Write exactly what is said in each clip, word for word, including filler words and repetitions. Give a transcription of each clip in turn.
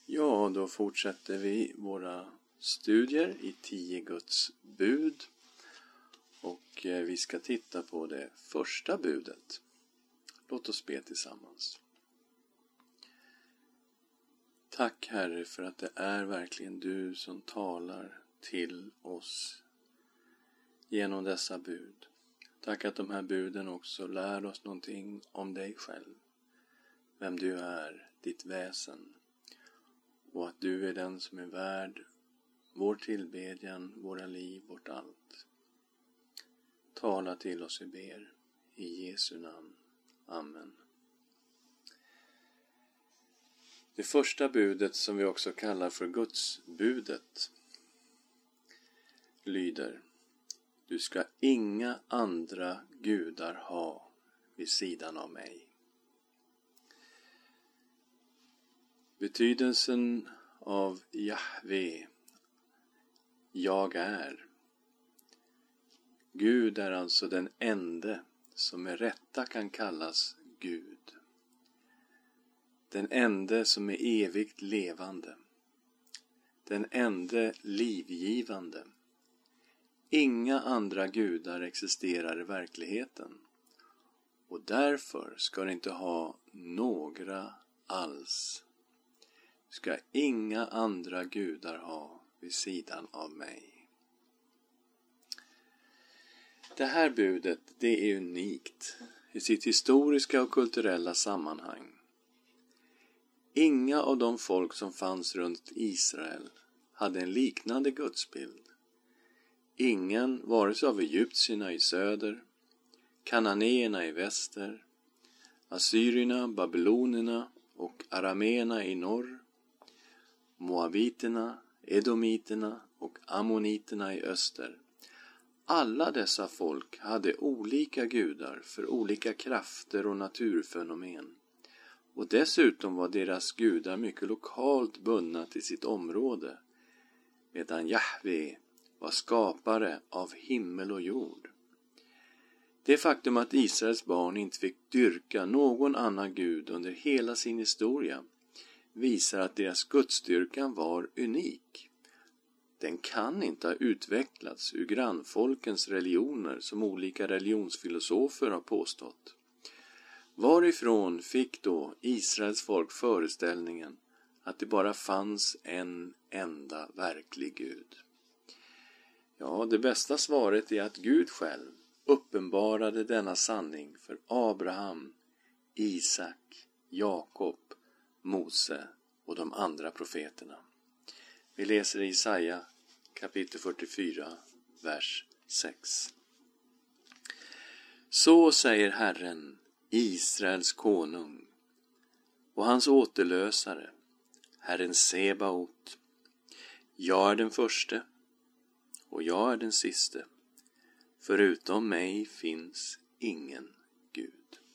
Ja, då fortsätter vi våra studier i tio Guds bud. Och vi ska titta på det första budet. Låt oss be tillsammans. Tack Herre för att det är verkligen du som talar till oss genom dessa bud. Tack att de här buden också lär oss någonting om dig själv. Vem du är, ditt väsen. Och att du är den som är värd vår tillbedjan, våra liv, vårt allt. Tala till oss, vi ber. I Jesu namn. Amen. Det första budet, som vi också kallar för Guds budet, lyder: Du ska inga andra gudar ha vid sidan av mig. Betydelsen av Jahve, jag är. Gud är alltså den ende som med rätta kan kallas Gud. Den ende som är evigt levande. Den ende livgivande. Inga andra gudar existerar i verkligheten. Och därför ska det inte ha några alls. Ska inga andra gudar ha vid sidan av mig. Det här budet, det är unikt i sitt historiska och kulturella sammanhang. Inga av de folk som fanns runt Israel hade en liknande gudsbild. Ingen, vare sig av egyptierna i söder, kananéerna i väster, assyrierna, babylonerna och arameerna i norr, moabiterna, edomiterna och ammoniterna i öster. Alla dessa folk hade olika gudar för olika krafter och naturfenomen. Och dessutom var deras gudar mycket lokalt bundna till sitt område, medan Jahve var skapare av himmel och jord. Det faktum att Israels barn inte fick dyrka någon annan gud under hela sin historia visar att deras gudsdyrkan var unik. Den kan inte ha utvecklats ur grannfolkens religioner som olika religionsfilosofer har påstått. Varifrån fick då Israels folk föreställningen att det bara fanns en enda verklig Gud? Ja, det bästa svaret är att Gud själv uppenbarade denna sanning för Abraham, Isak, Jakob, Mose och de andra profeterna. Vi läser i Jesaja kapitel fyrtiofyra, vers sex. Så säger Herren, Israels konung och hans återlösare, Herren Sebaot. Jag är den förste och jag är den siste. Förutom mig finns ingen Gud.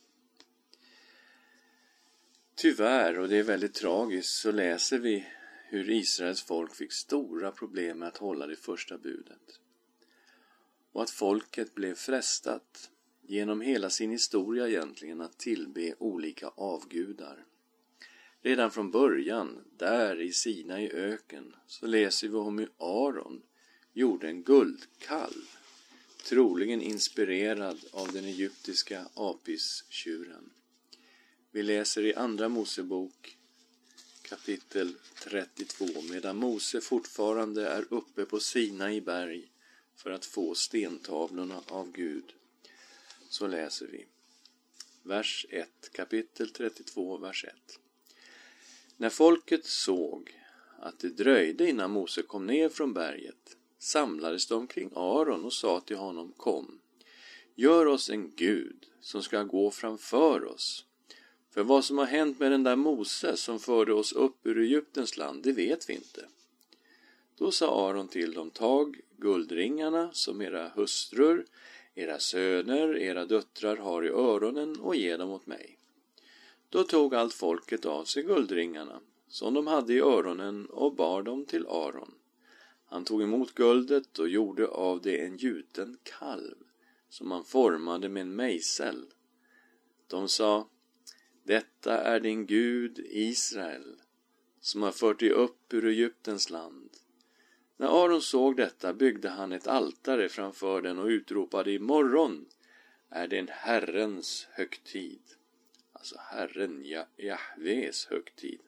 Tyvärr, och det är väldigt tragiskt, så läser vi hur Israels folk fick stora problem med att hålla det första budet. Och att folket blev frestat genom hela sin historia egentligen att tillbe olika avgudar. Redan från början, där i Sina i öken, så läser vi om hur Aron gjorde en guldkalv, troligen inspirerad av den egyptiska apis-tjuren. Vi läser i andra Mosebok kapitel trettiotvå, medan Mose fortfarande är uppe på Sina i berg för att få stentavlorna av Gud. Så läser vi vers ett, kapitel trettiotvå, vers ett. När folket såg att det dröjde innan Mose kom ner från berget, samlades de kring Aron och sa till honom: Kom, gör oss en Gud som ska gå framför oss. För vad som har hänt med den där Mose som förde oss upp ur Egyptens land, det vet vi inte. Då sa Aron till dem: Tag guldringarna som era hustrur, era söner, era döttrar har i öronen och ge dem åt mig. Då tog allt folket av sig guldringarna som de hade i öronen och bar dem till Aron. Han tog emot guldet och gjorde av det en gjuten kalv som han formade med en mejsel. De sa: Detta är din Gud Israel, som har fört dig upp ur Egyptens land. När Aron såg detta byggde han ett altare framför den och utropade: imorgon är det en Herrens högtid. Alltså Herren Jahves högtid.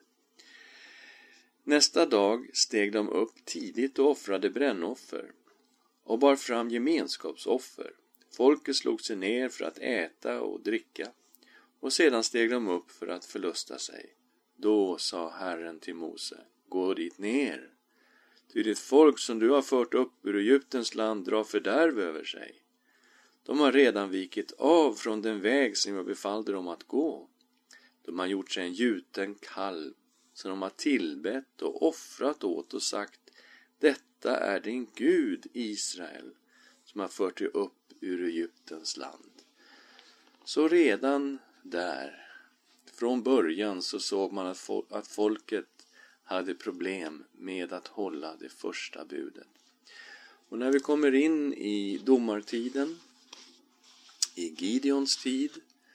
Nästa dag steg de upp tidigt och offrade brännoffer och bar fram gemenskapsoffer. Folket slog sig ner för att äta och dricka, och sedan steg de upp för att förlusta sig. Då sa Herren till Mose: gå dit ner, ty det folk som du har fört upp ur Egyptens land drar fördärv över sig. De har redan vikit av från den väg som jag befallde dem att gå. De har gjort sig en gjuten kalv som de har tillbett och offrat åt och sagt: detta är din Gud Israel som har fört dig upp ur Egyptens land. Så redan där, från början, så såg man att, fol- att folket hade problem med att hålla det första budet. Och när vi kommer in i domartiden, i Gideons tid,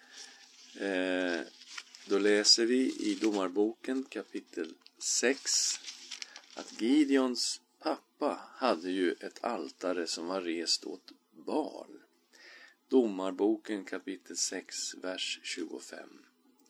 eh, då läser vi i domarboken kapitel sex att Gideons pappa hade ju ett altare som var rest åt Baal. Domarboken kapitel sex, vers tjugofem.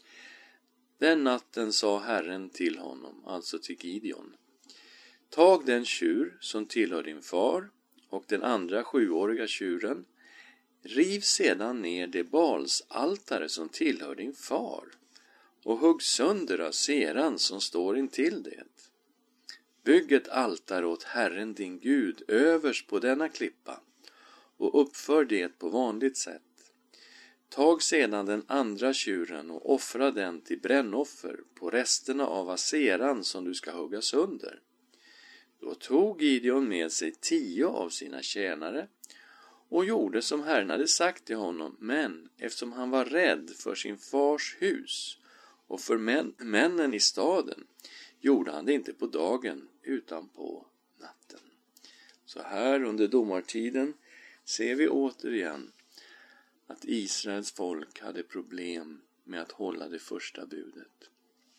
Den natten sa Herren till honom, alltså till Gideon: tag den tjur som tillhör din far och den andra sjuåriga tjuren, riv sedan ner det Baals altare som tillhör din far och hugg sönder aseran som står intill det. Bygg ett altare åt Herren din Gud överst på denna klippa och uppför det på vanligt sätt. Tag sedan den andra tjuren och offra den till brännoffer på resterna av aseran som du ska hugga sönder. Då tog Gideon med sig tio av sina tjänare och gjorde som Herren hade sagt till honom, men eftersom han var rädd för sin fars hus och för män, männen i staden, gjorde han det inte på dagen utan på natten. Så här under domartiden ser vi återigen att Israels folk hade problem med att hålla det första budet.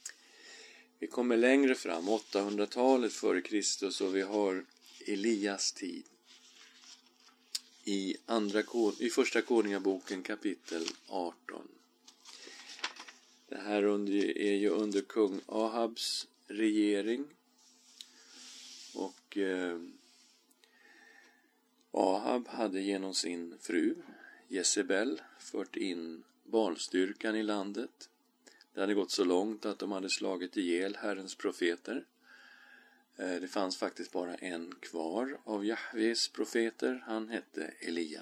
Vi kommer längre fram, åttahundratalet före Kristus, och vi har Elias tid. I, andra, i första Konungaboken kapitel arton. Det här är ju under kung Ahabs regering. Och eh, Ahab hade genom sin fru Jezebel fört in Baalstyrkan i landet. Det hade gått så långt att de hade slagit ihjäl Herrens profeter. Det fanns faktiskt bara en kvar av Jahves profeter. Han hette Elia.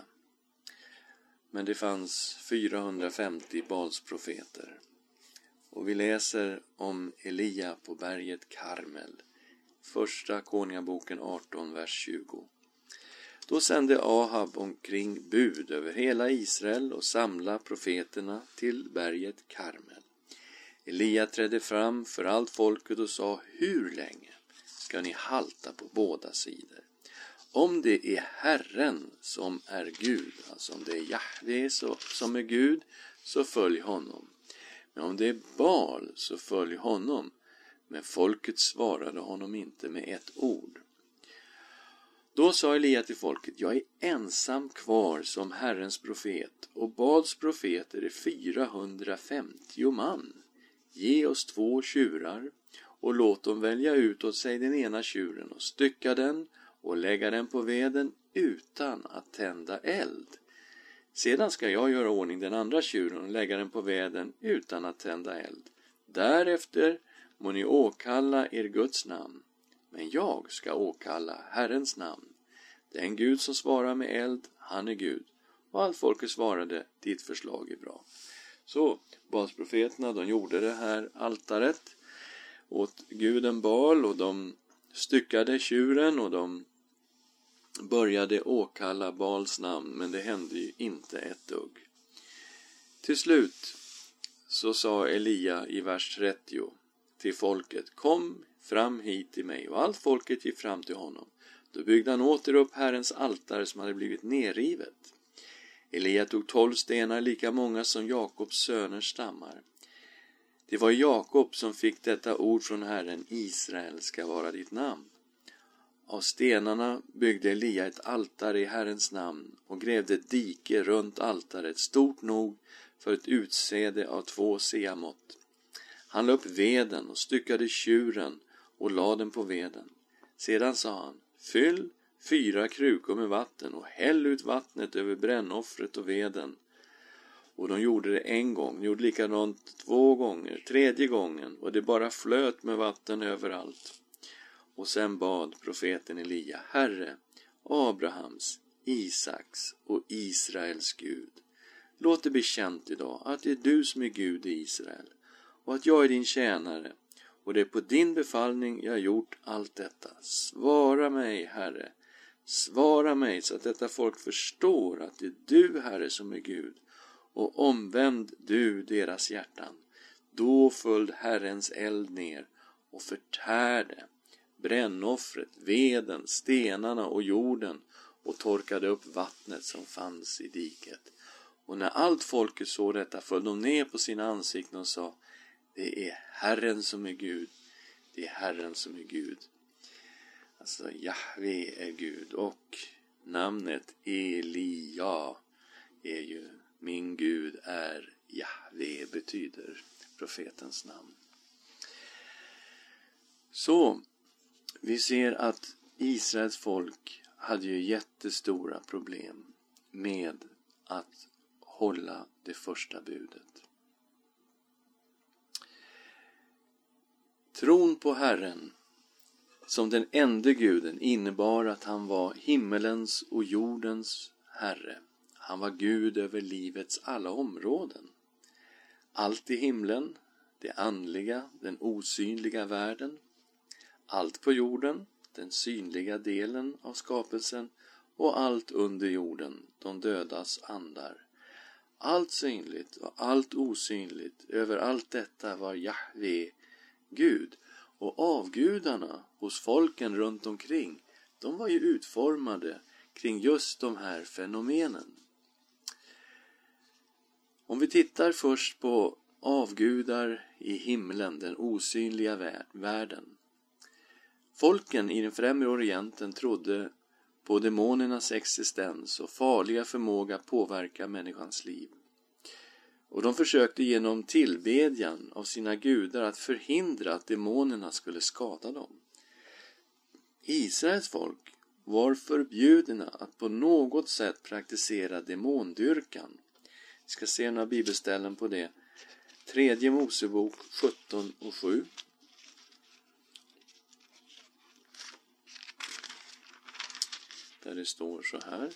Men det fanns fyrahundrafemtio Baals profeter. Och vi läser om Elia på berget Karmel. Första Konungaboken arton, vers tjugo. Då sände Ahab omkring bud över hela Israel och samlade profeterna till berget Karmel. Elia trädde fram för allt folket och sa: hur länge ska ni halta på båda sidor? Om det är Herren som är Gud, alltså om det är Jahve som är Gud, så följ honom. Men om det är Baal, så följ honom. Men folket svarade honom inte med ett ord. Då sa Elia till folket: jag är ensam kvar som Herrens profet, och Baals profeter är fyrahundrafemtio man. Ge oss två tjurar och låt dem välja ut åt sig den ena tjuren och stycka den och lägga den på veden utan att tända eld. Sedan ska jag göra ordning den andra tjuren och lägga den på veden utan att tända eld. Därefter må ni åkalla er Guds namn, men jag ska åkalla Herrens namn. Den Gud som svarar med eld, han är Gud. Och allt folket svarade: ditt förslag är bra. Så Baalsprofeterna, de gjorde det här altaret åt guden Baal, och de styckade tjuren och de började åkalla Baals namn, men det hände ju inte ett dugg. Till slut så sa Elia i vers trettio till folket: kom fram hit till mig. Och allt folket gick fram till honom. Då byggde han åter upp Herrens altare som hade blivit nerrivet. Elia tog tolv stenar, lika många som Jakobs söners stammar. Det var Jakob som fick detta ord från Herren: Israel ska vara ditt namn. Av stenarna byggde Elia ett altare i Herrens namn och grävde ett dike runt altaret, stort nog för ett utsäde av två seamått. Han la upp veden och styckade tjuren och lade den på veden. Sedan sa han: fyll fyra krukor med vatten och häll ut vattnet över brännoffret och veden. Och de gjorde det en gång, gjorde likadant två gånger, tredje gången, och det bara flöt med vatten överallt. Och sen bad profeten Elia: Herre, Abrahams, Isaks och Israels Gud, låt det bli känt idag att det är du som är Gud i Israel och att jag är din tjänare, och det är på din befallning jag har gjort allt detta. Svara mig, Herre, svara mig så att detta folk förstår att det är du, Herre, som är Gud, och omvänd du deras hjärtan. Då föll Herrens eld ner och förtärde brännoffret, veden, stenarna och jorden och torkade upp vattnet som fanns i diket. Och när allt folket såg detta föll de ner på sina ansikten och sa: det är Herren som är Gud, det är Herren som är Gud. Alltså Jahve är Gud, och namnet Elia är ju min Gud är Jahve, betyder profetens namn. Så vi ser att Israels folk hade ju jättestora problem med att hålla det första budet. Tron på Herren som den enda guden innebar att han var himmelens och jordens Herre. Han var Gud över livets alla områden. Allt i himlen, det andliga, den osynliga världen. Allt på jorden, den synliga delen av skapelsen, och allt under jorden, de dödas andar. Allt synligt och allt osynligt, över allt detta var Jahve Gud. Och avgudarna hos folken runt omkring, de var ju utformade kring just de här fenomenen. Om vi tittar först på avgudar i himlen, den osynliga världen. Folken i den främre orienten trodde på demonernas existens och farliga förmåga att påverka människans liv. Och de försökte genom tillbedjan av sina gudar att förhindra att demonerna skulle skada dem. Israels folk var förbjudna att på något sätt praktisera demondyrkan. Vi ska se några bibelställen på det. Tredje Mosebok sjutton och sju. Där det står så här: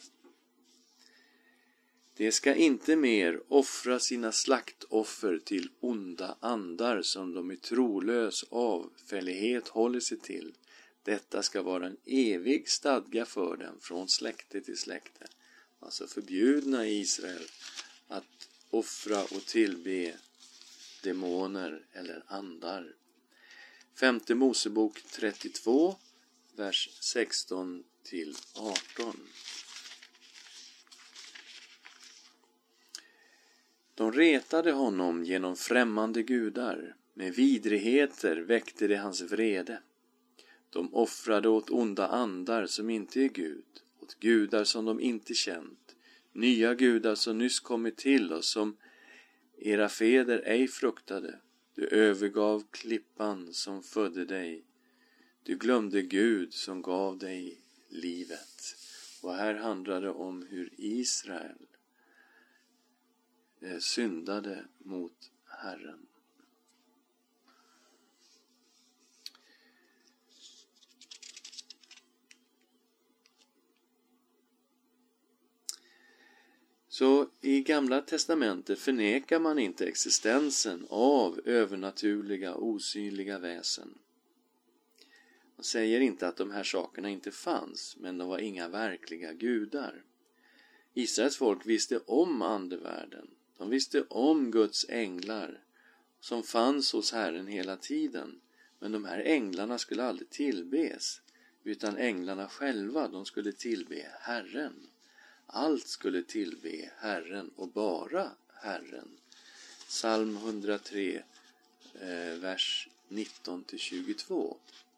det ska inte mer offra sina slaktoffer till onda andar som de i trolös avfällighet håller sig till. Detta ska vara en evig stadga för dem från släkte till släkte. Alltså förbjudna i Israel att offra och tillbe demoner eller andar. Femte Mosebok trettiotvå, vers sexton till arton. De retade honom genom främmande gudar. Med vidrigheter väckte det hans vrede. De offrade åt onda andar som inte är Gud, åt gudar som de inte känt, nya gudar som nyss kommit till och som era fäder ej fruktade. Du övergav klippan som födde dig. Du glömde Gud som gav dig livet. Och här handlar det om hur Israel syndade mot Herren. Så i Gamla testamentet förnekar man inte existensen av övernaturliga, osynliga väsen. Man säger inte att de här sakerna inte fanns, men de var inga verkliga gudar. Israels folk visste om andevärlden. De visste om Guds änglar som fanns hos Herren hela tiden. Men de här änglarna skulle aldrig tillbes, utan änglarna själva, de skulle tillbe Herren. Allt skulle tillbe Herren och bara Herren. Psalm hundratre, eh, vers nitton till tjugotvå.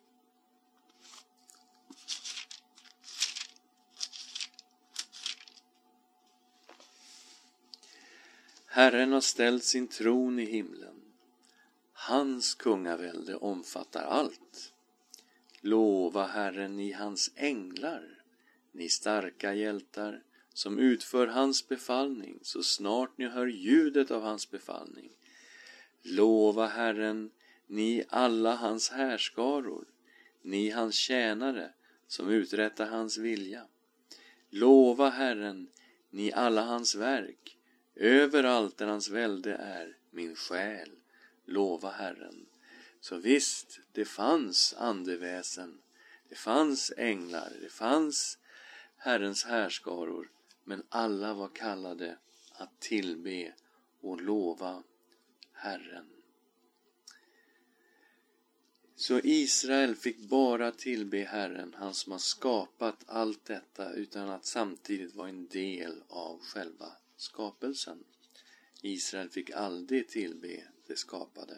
Herren har ställt sin tron i himlen. Hans kungavälde omfattar allt. Lova Herren i hans änglar, ni starka hjältar, som utför hans befallning, så snart ni hör ljudet av hans befallning. Lova Herren, ni alla hans härskaror, ni hans tjänare, som uträttar hans vilja. Lova Herren, ni alla hans verk, överallt där hans välde är, min själ. Lova Herren. Så visst, det fanns andeväsen, det fanns änglar, det fanns Herrens härskaror, men alla var kallade att tillbe och lova Herren. Så Israel fick bara tillbe Herren, han som har skapat allt detta, utan att samtidigt vara en del av själva skapelsen. Israel fick aldrig tillbe det skapade.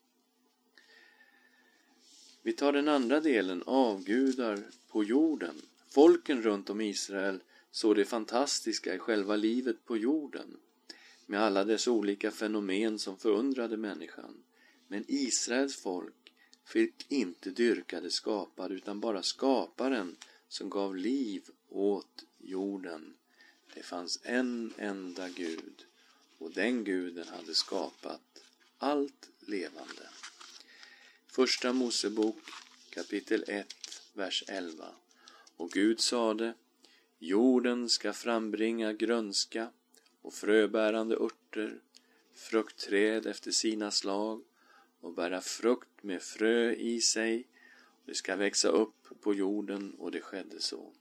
Vi tar den andra delen, avgudar på jorden. Folken runt om Israel såg det fantastiska i själva livet på jorden, med alla dess olika fenomen som förundrade människan. Men Israels folk fick inte dyrka det skapade, utan bara skaparen som gav liv åt jorden. Det fanns en enda Gud, och den guden hade skapat allt levande. Första Mosebok kapitel ett, vers elva. Och Gud sade: jorden ska frambringa grönska och fröbärande örter, fruktträd efter sina slag och bära frukt med frö i sig. Det ska växa upp på jorden, och det skedde så.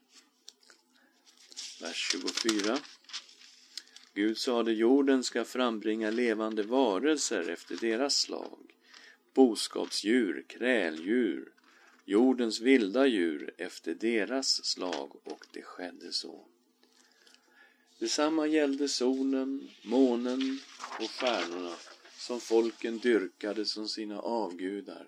Vers tjugofyra. Gud sade: jorden ska frambringa levande varelser efter deras slag, boskapsdjur, kräldjur, jordens vilda djur efter deras slag, och det skedde så. Detsamma gällde solen, månen och stjärnorna som folken dyrkade som sina avgudar.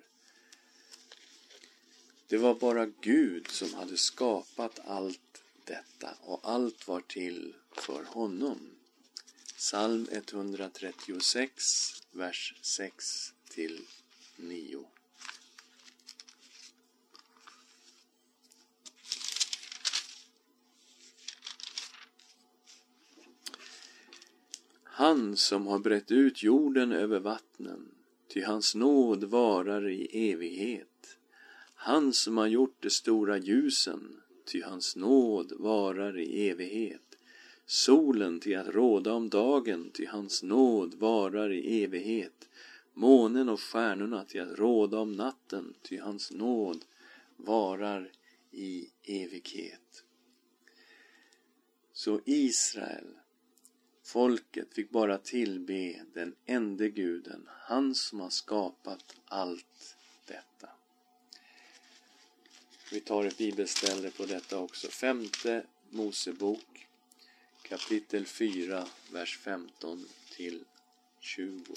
Det var bara Gud som hade skapat allt detta, och allt var till för honom. Psalm etthundratrettiosex, vers sex till nio. Han som har brett ut jorden över vattnen, ty hans nåd varar i evighet. Han som har gjort de stora ljusen, ty hans nåd varar i evighet. Solen till att råda om dagen, ty hans nåd varar i evighet. Månen och stjärnorna till att råda om natten, ty hans nåd varar i evighet. Så Israel, folket, fick bara tillbe den enda guden, han som har skapat allt detta. Vi tar ett bibelställe på detta också. Femte Mosebok kapitel fyra, vers femton till tjugo.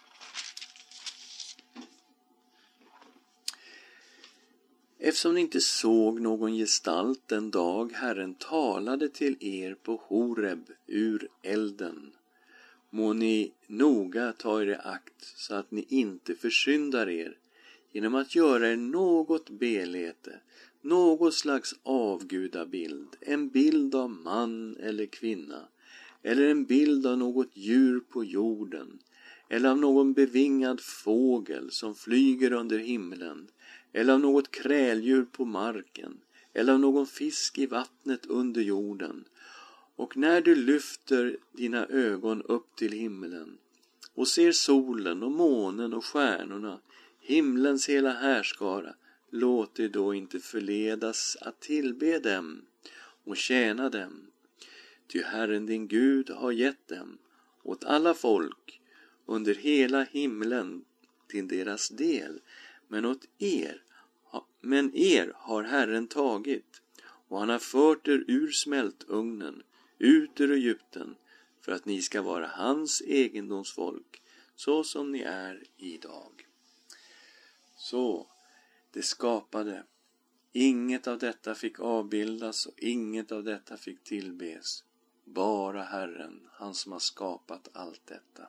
Eftersom ni inte såg någon gestalt den dag Herren talade till er på Horeb ur elden, må ni noga ta er i akt så att ni inte försyndar er genom att göra er något belete, något slags avgudabild, en bild av man eller kvinna, eller en bild av något djur på jorden, eller av någon bevingad fågel som flyger under himlen, eller av något kräldjur på marken, eller av någon fisk i vattnet under jorden. Och när du lyfter dina ögon upp till himlen och ser solen och månen och stjärnorna, himlens hela härskara, låt dig då inte förledas att tillbe dem och tjäna dem. Ty Herren din Gud har gett dem åt alla folk under hela himlen till deras del, men åt er, men er har Herren tagit, och han har fört er ur smältugnen, ut ur Egypten, för att ni ska vara hans egendomsfolk, så som ni är idag. Så, det skapade. Inget av detta fick avbildas och inget av detta fick tillbes. Bara Herren, han som har skapat allt detta.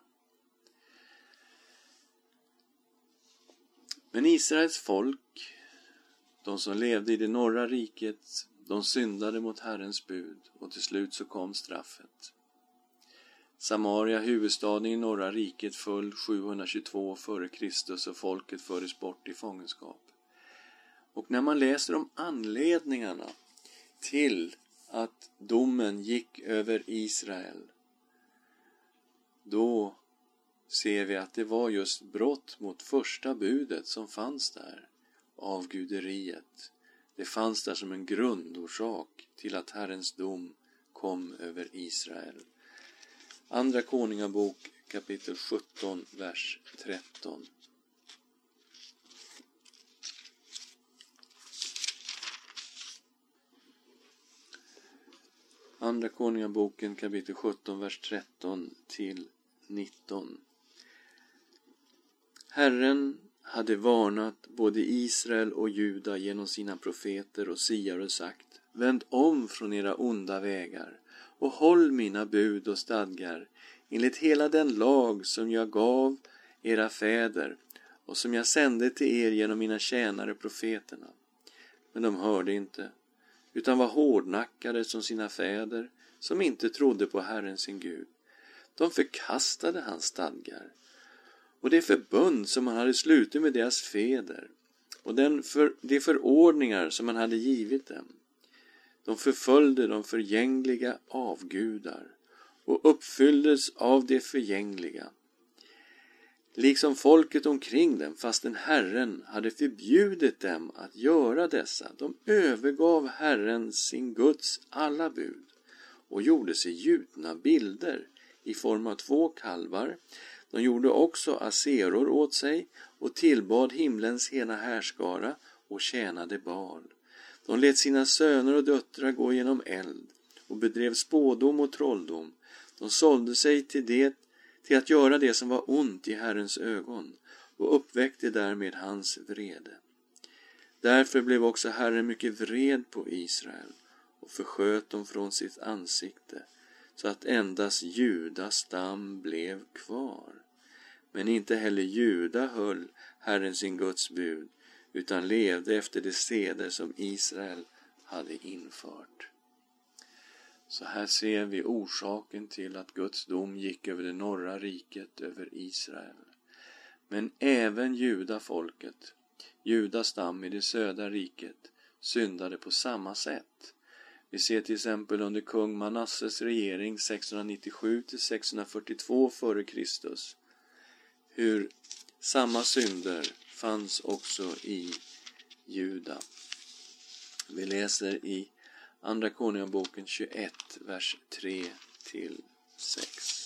Men Israels folk, de som levde i det norra riket, de syndade mot Herrens bud och till slut så kom straffet. Samaria, huvudstaden i norra riket, föll sjuhundratjugotvå före Kristus och folket fördes bort i fångenskap. Och när man läser om anledningarna till att domen gick över Israel, då ser vi att det var just brott mot första budet som fanns där, avguderiet. Det fanns där som en grundorsak till att Herrens dom kom över Israel. Andra Konungabok kapitel sjutton, vers tretton. Andra Konungaboken kapitel sjutton, vers tretton till nitton. Herren hade varnat både Israel och Juda genom sina profeter och siare och sagt: vänd om från era onda vägar och håll mina bud och stadgar enligt hela den lag som jag gav era fäder och som jag sände till er genom mina tjänare profeterna. Men de hörde inte, utan var hårdnackade som sina fäder, som inte trodde på Herren sin Gud. De förkastade hans stadgar och det förbund som han hade slutit med deras fäder och den för, de förordningar som han hade givit dem. De förföljde de förgängliga avgudar och uppfylldes av det förgängliga, liksom folket omkring dem, fastän Herren hade förbjudit dem att göra dessa. De övergav Herren sin Guds alla bud och gjorde sig gjutna bilder i form av två kalvar. De gjorde också aseror åt sig och tillbad himlens hela härskara och tjänade Baal. De lät sina söner och döttrar gå genom eld och bedrev spådom och trolldom. De sålde sig till det till att göra det som var ont i Herrens ögon och uppväckte därmed hans vrede. Därför blev också Herren mycket vred på Israel och försköt dem från sitt ansikte, så att endast Judas stam blev kvar. Men inte heller Juda höll Herren sin Guds bud, utan levde efter de seder som Israel hade infört. Så här ser vi orsaken till att Guds dom gick över det norra riket, över Israel. Men även judafolket, Judas stam i det södra riket, syndade på samma sätt. Vi ser till exempel under kung Manasses regering sexhundranittiosju till sexhundrafyrtiotvå före Kristus hur samma synder fanns också i Juda. Vi läser i Andra Konungaboken tjugoett, vers tre till sex.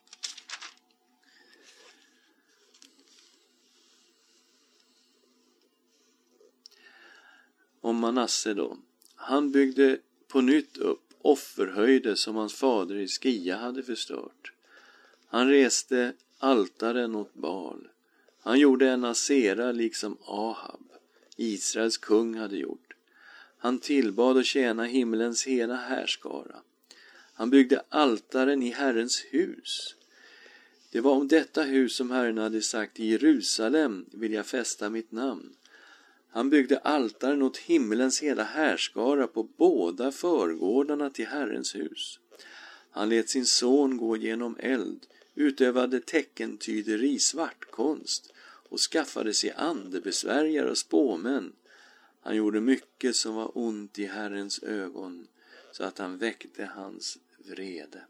Om Manasse då. Han byggde på nytt upp offerhöjder som hans fader Hiskia hade förstört. Han reste altaren åt Baal. Han gjorde en asera liksom Ahab, Israels kung, hade gjort. Han tillbad och tjäna himlens hela härskara. Han byggde altaren i Herrens hus. Det var om detta hus som Herren hade sagt: i Jerusalem vill jag fästa mitt namn. Han byggde altaren åt himlens hela härskara på båda förgårdarna till Herrens hus. Han lät sin son gå genom eld, utövade teckentyderi, svartkonst och skaffade sig andebesvärjare och spåmän. Han gjorde mycket som var ont i Herrens ögon, så att han väckte hans vrede.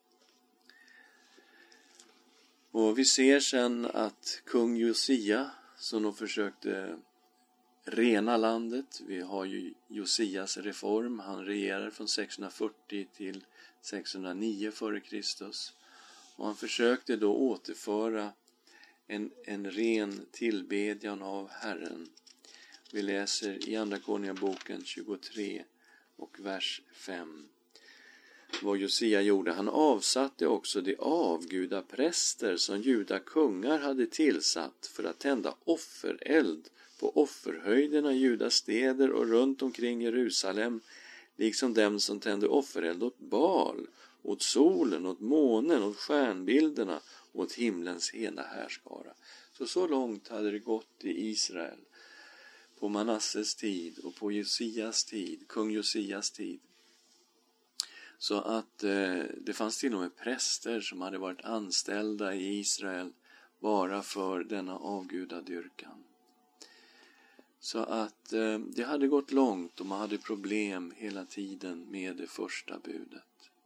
Och vi ser sen att kung Josia, som de försökte rena landet, vi har ju Josias reform, han regerar från sexhundrafyrtio till sexhundranio före Kristus. Och han försökte då återföra en, en ren tillbedjan av Herren. Vi läser i Andra Konungaboken tjugotre och vers fem. vad Josia gjorde. Han avsatte också de avgudapräster som juda kungar hade tillsatt för att tända offereld på offerhöjderna i Judas städer och runt omkring Jerusalem, liksom dem som tände offereld åt Baal, åt solen, åt månen, åt stjärnbilderna, åt himlens hela härskara. Så så långt hade det gått i Israel på Manasses tid och på Josias tid, kung Josias tid. Så att eh, det fanns till och med präster som hade varit anställda i Israel bara för denna avgudadyrkan. Så att eh, det hade gått långt och man hade problem hela tiden med det första budet.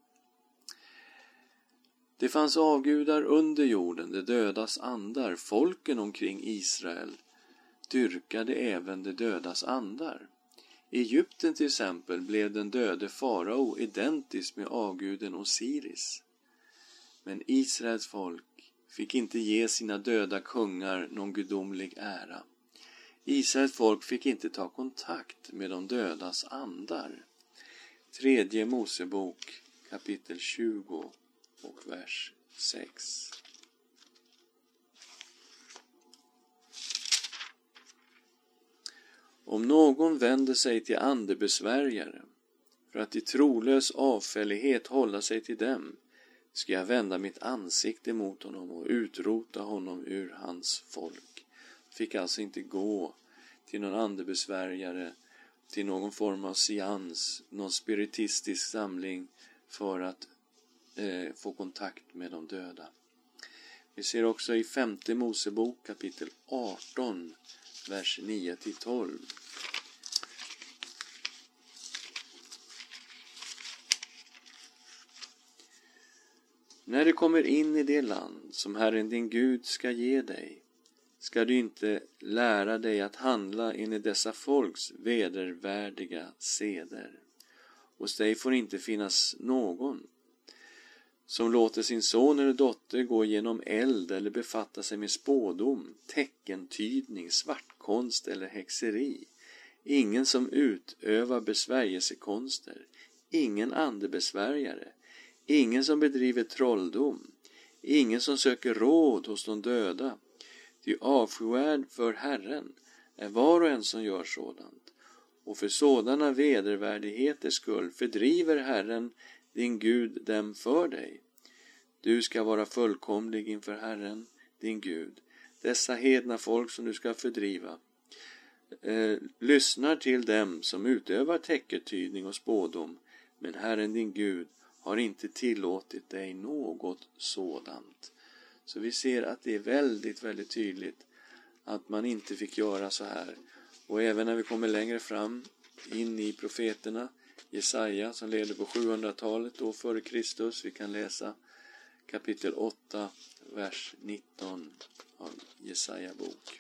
Det fanns avgudar under jorden, det dödas andar. Folken omkring Israel dyrkade även det dödas andar. I Egypten till exempel blev den döde farao identisk med avguden Osiris. Men Israels folk fick inte ge sina döda kungar någon gudomlig ära. Israels folk fick inte ta kontakt med de dödas andar. Tredje Mosebok kapitel tjugo och vers sex. Om någon vänder sig till andebesvärjare för att i trolös avfällighet hålla sig till dem, ska jag vända mitt ansikte mot honom och utrota honom ur hans folk. Fick alltså inte gå till någon andebesvärjare, till någon form av seans, någon spiritistisk samling för att eh, få kontakt med de döda. Vi ser också i femte Mosebok kapitel arton, vers nio till tolv. När du kommer in i det land som Herren din Gud ska ge dig, ska du inte lära dig att handla enligt dessa folks vedervärdiga seder. Hos dig får inte finnas någon som låter sin son eller dotter gå genom eld eller befatta sig med spådom, teckentydning, svartkonst eller häxeri. Ingen som utövar besvärjelsekonster, ingen andebesvärjare, ingen som bedriver trolldom, ingen som söker råd hos de döda. Ty avskyvärd för Herren är var och en som gör sådant, och för sådana vedervärdigheters skull fördriver Herren din Gud dem för dig. Du ska vara fullkomlig inför Herren din Gud. Dessa hedna folk som du ska fördriva eh, lyssnar till dem som utövar täcketydning och spådom, men Herren din Gud har inte tillåtit dig något sådant. Så vi ser att det är väldigt, väldigt tydligt att man inte fick göra så här. Och även när vi kommer längre fram in i profeterna, Jesaja som levde på sjuhundratalet då före Kristus, vi kan läsa kapitel åtta, vers nitton av Jesaja bok.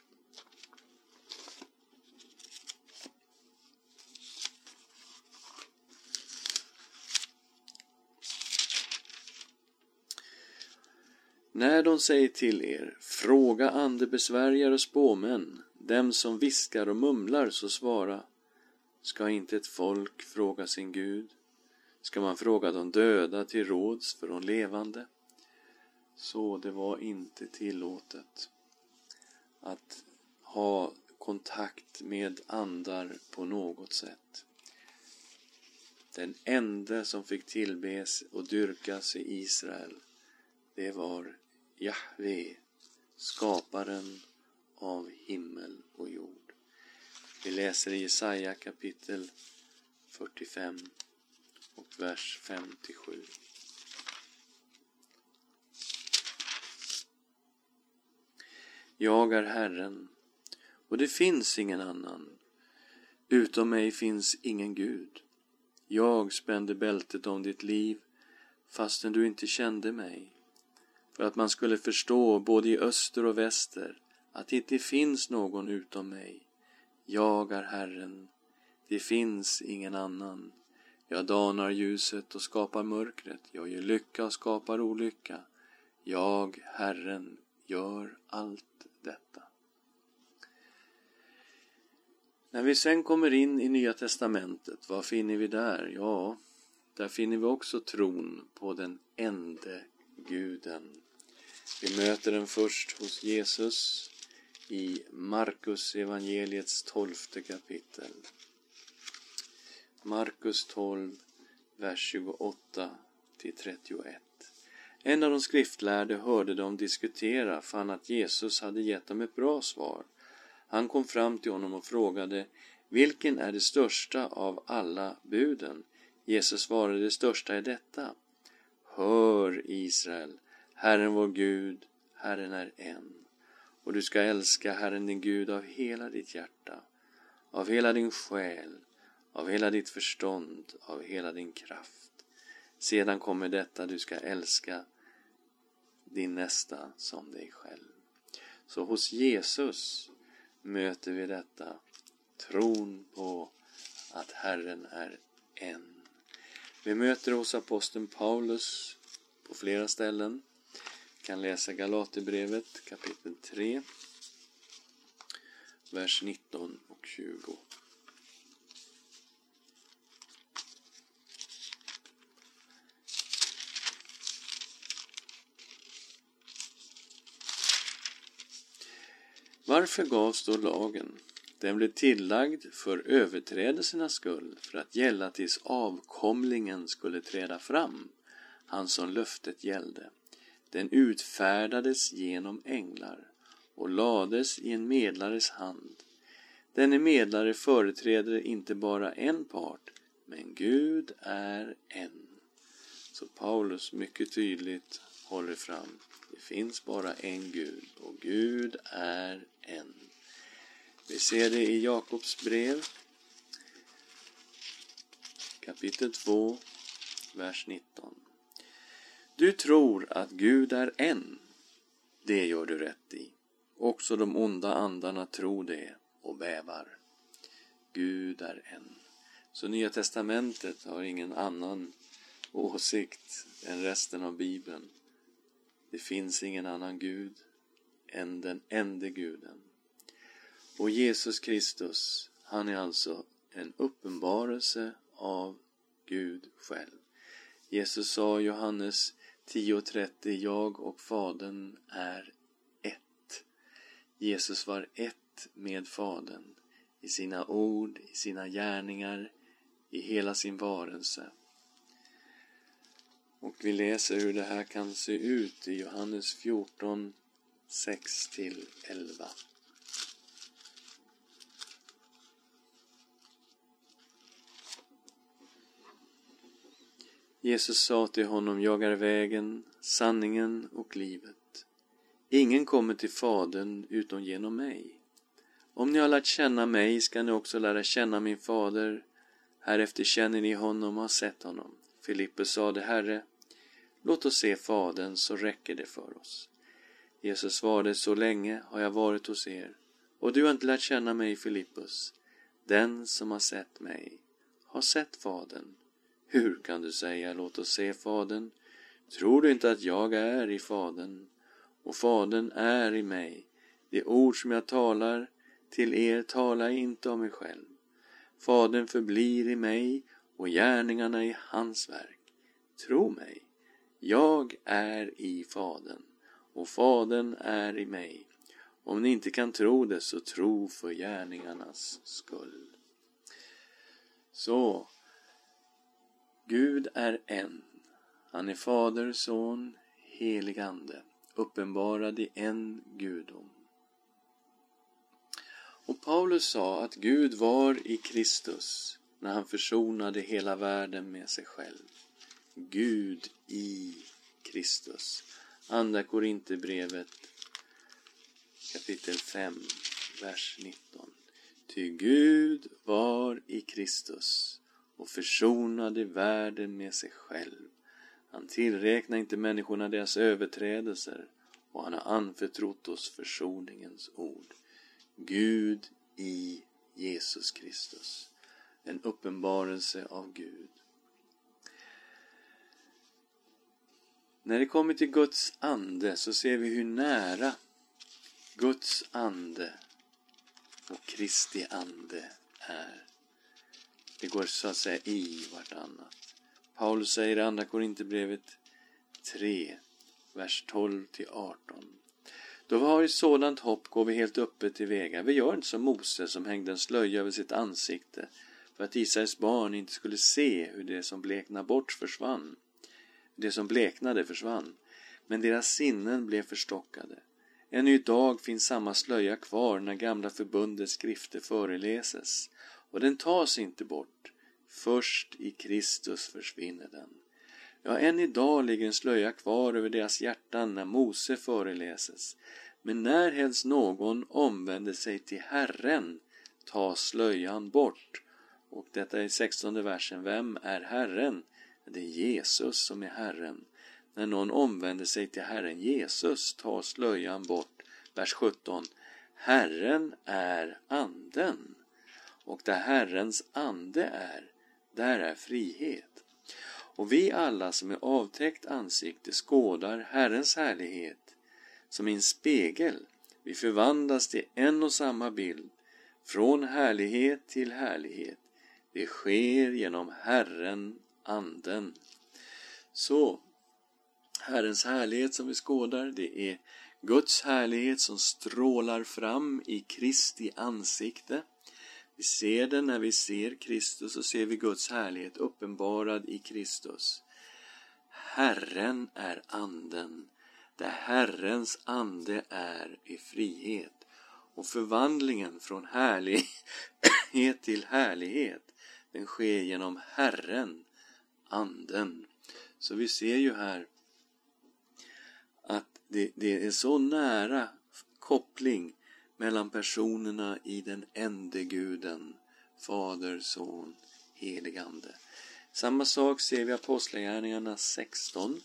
När de säger till er, fråga andebesvärjare och spåmän, dem som viskar och mumlar, så svara, ska inte ett folk fråga sin Gud? Ska man fråga de döda till råds för de levande? Så det var inte tillåtet att ha kontakt med andar på något sätt. Den enda som fick tillbes och dyrkas i Israel, det var Jahve, skaparen av himmel och jord. Vi läser i Jesaja kapitel fyrtiofem och vers fem till sju. Jag är Herren, och det finns ingen annan. Utom mig finns ingen Gud. Jag spände bältet om ditt liv, fastän du inte kände mig. För att man skulle förstå både i öster och väster att det inte finns någon utom mig. Jag är Herren, det finns ingen annan. Jag danar ljuset och skapar mörkret. Jag ger lycka och skapar olycka. Jag, Herren, gör allt detta. När vi sen kommer in i Nya testamentet, vad finner vi där? Ja, där finner vi också tron på den ende guden. Vi möter den först hos Jesus i Markus evangeliets tolfte kapitel. Markus tolv, vers tjugoåtta till trettioett. En av de skriftlärde hörde dem diskutera, fann att Jesus hade gett dem ett bra svar. Han kom fram till honom och frågade: vilken är det största av alla buden? Jesus svarade: det största är detta: hör Israel, Herren vår Gud, Herren är en. Och du ska älska Herren din Gud av hela ditt hjärta, av hela din själ, av hela ditt förstånd, av hela din kraft. Sedan kommer detta: du ska älska din nästa som dig själv. Så hos Jesus möter vi detta, tron på att Herren är en. Vi möter hos aposteln Paulus på flera ställen. Vi kan läsa Galaterbrevet kapitel tre, vers nitton och tjugo. Varför gavs då lagen? Den blev tillagd för överträdelsernas skull, för att gälla tills avkomlingen skulle träda fram, han som löftet gällde. Den utfärdades genom änglar och lades i en medlares hand. Denne medlare företräder inte bara en part, men Gud är en. Så Paulus mycket tydligt håller fram: det finns bara en Gud, och Gud är en. Vi ser det i Jakobs brev kapitel två, vers nitton. Du tror att Gud är en, det gör du rätt i. Också de onda andarna tror det och bävar. Gud är en. Så Nya testamentet har ingen annan åsikt än resten av Bibeln. Det finns ingen annan Gud än den ende guden. Och Jesus Kristus, han är alltså en uppenbarelse av Gud själv. Jesus sa i Johannes tio trettio: jag och Fadern är ett. Jesus var ett med Fadern i sina ord, i sina gärningar, i hela sin varelse. Och vi läser hur det här kan se ut i Johannes fjorton, sex till elva. Jesus sa till honom: jag är vägen, sanningen och livet. Ingen kommer till Fadern utom genom mig. Om ni har lärt känna mig ska ni också lära känna min fader. Härefter känner ni honom och har sett honom. Filippus sade: Herre, låt oss se Fadern, så räcker det för oss. Jesus svarade: så länge har jag varit hos er, och du har inte lärt känna mig, Filippus. Den som har sett mig har sett Fadern. Hur kan du säga: låt oss se Fadern? Tror du inte att jag är i Fadern, och Fadern är i mig? Det ord som jag talar till er talar jag inte om mig själv. Fadern förblir i mig, och gärningarna i hans verk. Tro mig, jag är i Fadern, och Fadern är i mig. Om ni inte kan tro det, så tro för gärningarnas skull. Så, Gud är en. Han är Fader, Son, helig ande, uppenbarad i en gudom. Och Paulus sa att Gud var i Kristus när han försonade hela världen med sig själv. Gud i Kristus. Andra Korinthierbrevet kapitel fem, vers nitton. Ty Gud var i Kristus och försonade världen med sig själv. Han tillräknar inte människorna deras överträdelser, och han har anförtrott oss försoningens ord. Gud i Jesus Kristus. En uppenbarelse av Gud. När det kommer till Guds ande så ser vi hur nära Guds ande och Kristi ande är. Det går så att säga i vartannat. Paulus säger i andra Korinthierbrevet tre, vers tolv till arton. Då vi har ett sådant hopp går vi helt öppet till väga. Vi gör inte som Mose som hängde en slöja över sitt ansikte för att Israels barn inte skulle se hur det som bleknade bort försvann. Det som bleknade försvann, men deras sinnen blev förstockade. Ännu idag finns samma slöja kvar när gamla förbundets skrifter föreläses, och den tas inte bort. Först i Kristus försvinner den. Ja, än idag ligger en slöja kvar över deras hjärtan när Mose föreläses. Men när helst någon omvänder sig till Herren tas slöjan bort. Och detta är sextonde versen. Vem är Herren? Det är Jesus som är Herren. När någon omvänder sig till Herren Jesus tar slöjan bort. Vers sjutton. Herren är anden. Och där Herrens ande är, där är frihet. Och vi alla som är avtäckt ansikte skådar Herrens härlighet som i en spegel. Vi förvandlas till en och samma bild, från härlighet till härlighet. Det sker genom Herren anden. Så, Herrens härlighet som vi skådar, det är Guds härlighet som strålar fram i Kristi ansikte. Vi ser den när vi ser Kristus, och ser vi Guds härlighet uppenbarad i Kristus. Herren är anden. Där Herrens ande är i frihet. Och förvandlingen från härlighet till härlighet, den sker genom Herren, anden. Så vi ser ju här att det, det är så nära koppling mellan personerna i den ende guden, Fader, Son, helig ande. Samma sak ser vi i Apostlagärningarna sexton.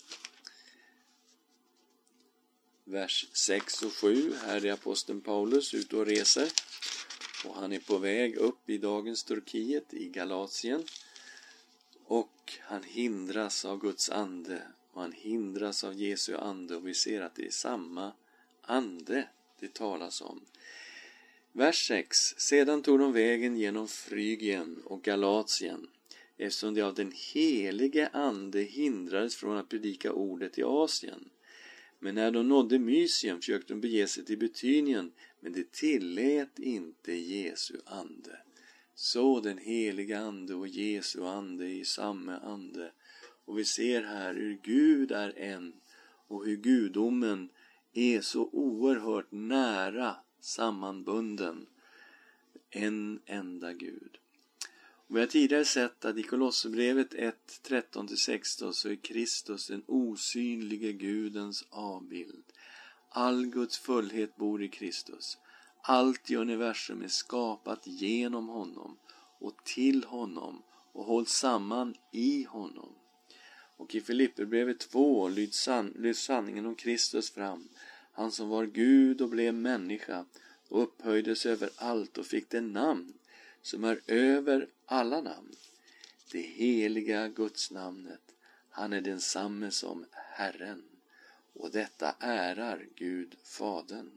Vers sex och sju. Här är aposteln Paulus ute och reser. Och han är på väg upp i dagens Turkiet, i Galatien. Och han hindras av Guds ande. Och han hindras av Jesu ande. Och vi ser att det är samma ande det talas om. Vers sex. Sedan tog de vägen genom Frygien och Galatien, eftersom de av den helige ande hindrades från att predika ordet i Asien. Men när de nådde Mysien försökte de bege sig till Betynien, men det tillät inte Jesu ande. Så den heliga ande och Jesu ande är i samma ande. Och vi ser här hur Gud är en, och hur gudomen är så oerhört nära sammanbunden. En enda Gud. Och vi har tidigare sett att i Kolosserbrevet ett, tretton till sexton så är Kristus den osynlige Gudens avbild. All Guds fullhet bor i Kristus. Allt i universum är skapat genom honom och till honom och hålls samman i honom. Och i Filipperbrevet två lyds san- sanningen om Kristus fram. Han som var Gud och blev människa och upphöjdes över allt och fick det namn som är över alla namn. Det heliga Guds namnet. Han är densamme som Herren. Och detta ärar Gud Fadern.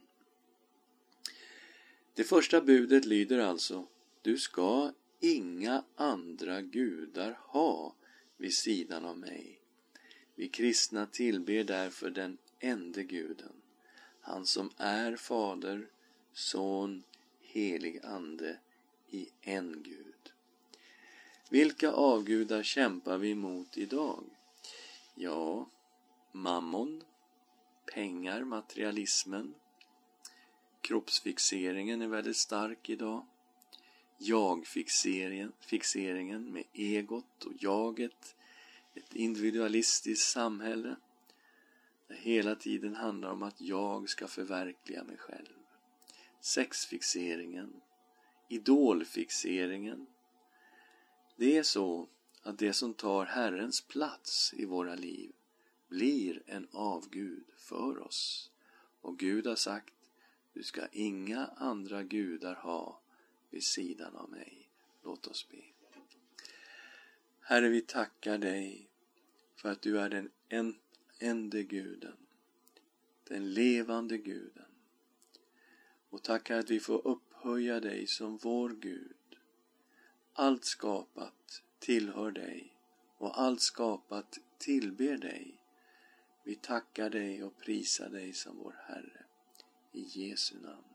Det första budet lyder alltså: du ska inga andra gudar ha vid sidan av mig. Vi kristna tillber därför den ende guden. Han som är Fader, Son, helig ande i en Gud. Vilka avgudar kämpar vi emot idag? Ja, mammon, pengar, materialismen. Kroppsfixeringen är väldigt stark idag. Jag-fixeringen fixeringen med egot och jaget. Ett individualistiskt samhälle där hela tiden handlar om att jag ska förverkliga mig själv. Sexfixeringen, idolfixeringen. Det är så att det som tar Herrens plats i våra liv blir en avgud för oss. Och Gud har sagt: du ska inga andra gudar ha vid sidan av mig. Låt oss be. Herre, vi tackar dig för att du är den en, ende guden, den levande guden. Och tackar att vi får upphöja dig som vår Gud. Allt skapat tillhör dig och allt skapat tillber dig. Vi tackar dig och prisar dig som vår Herre. I Jesu namn.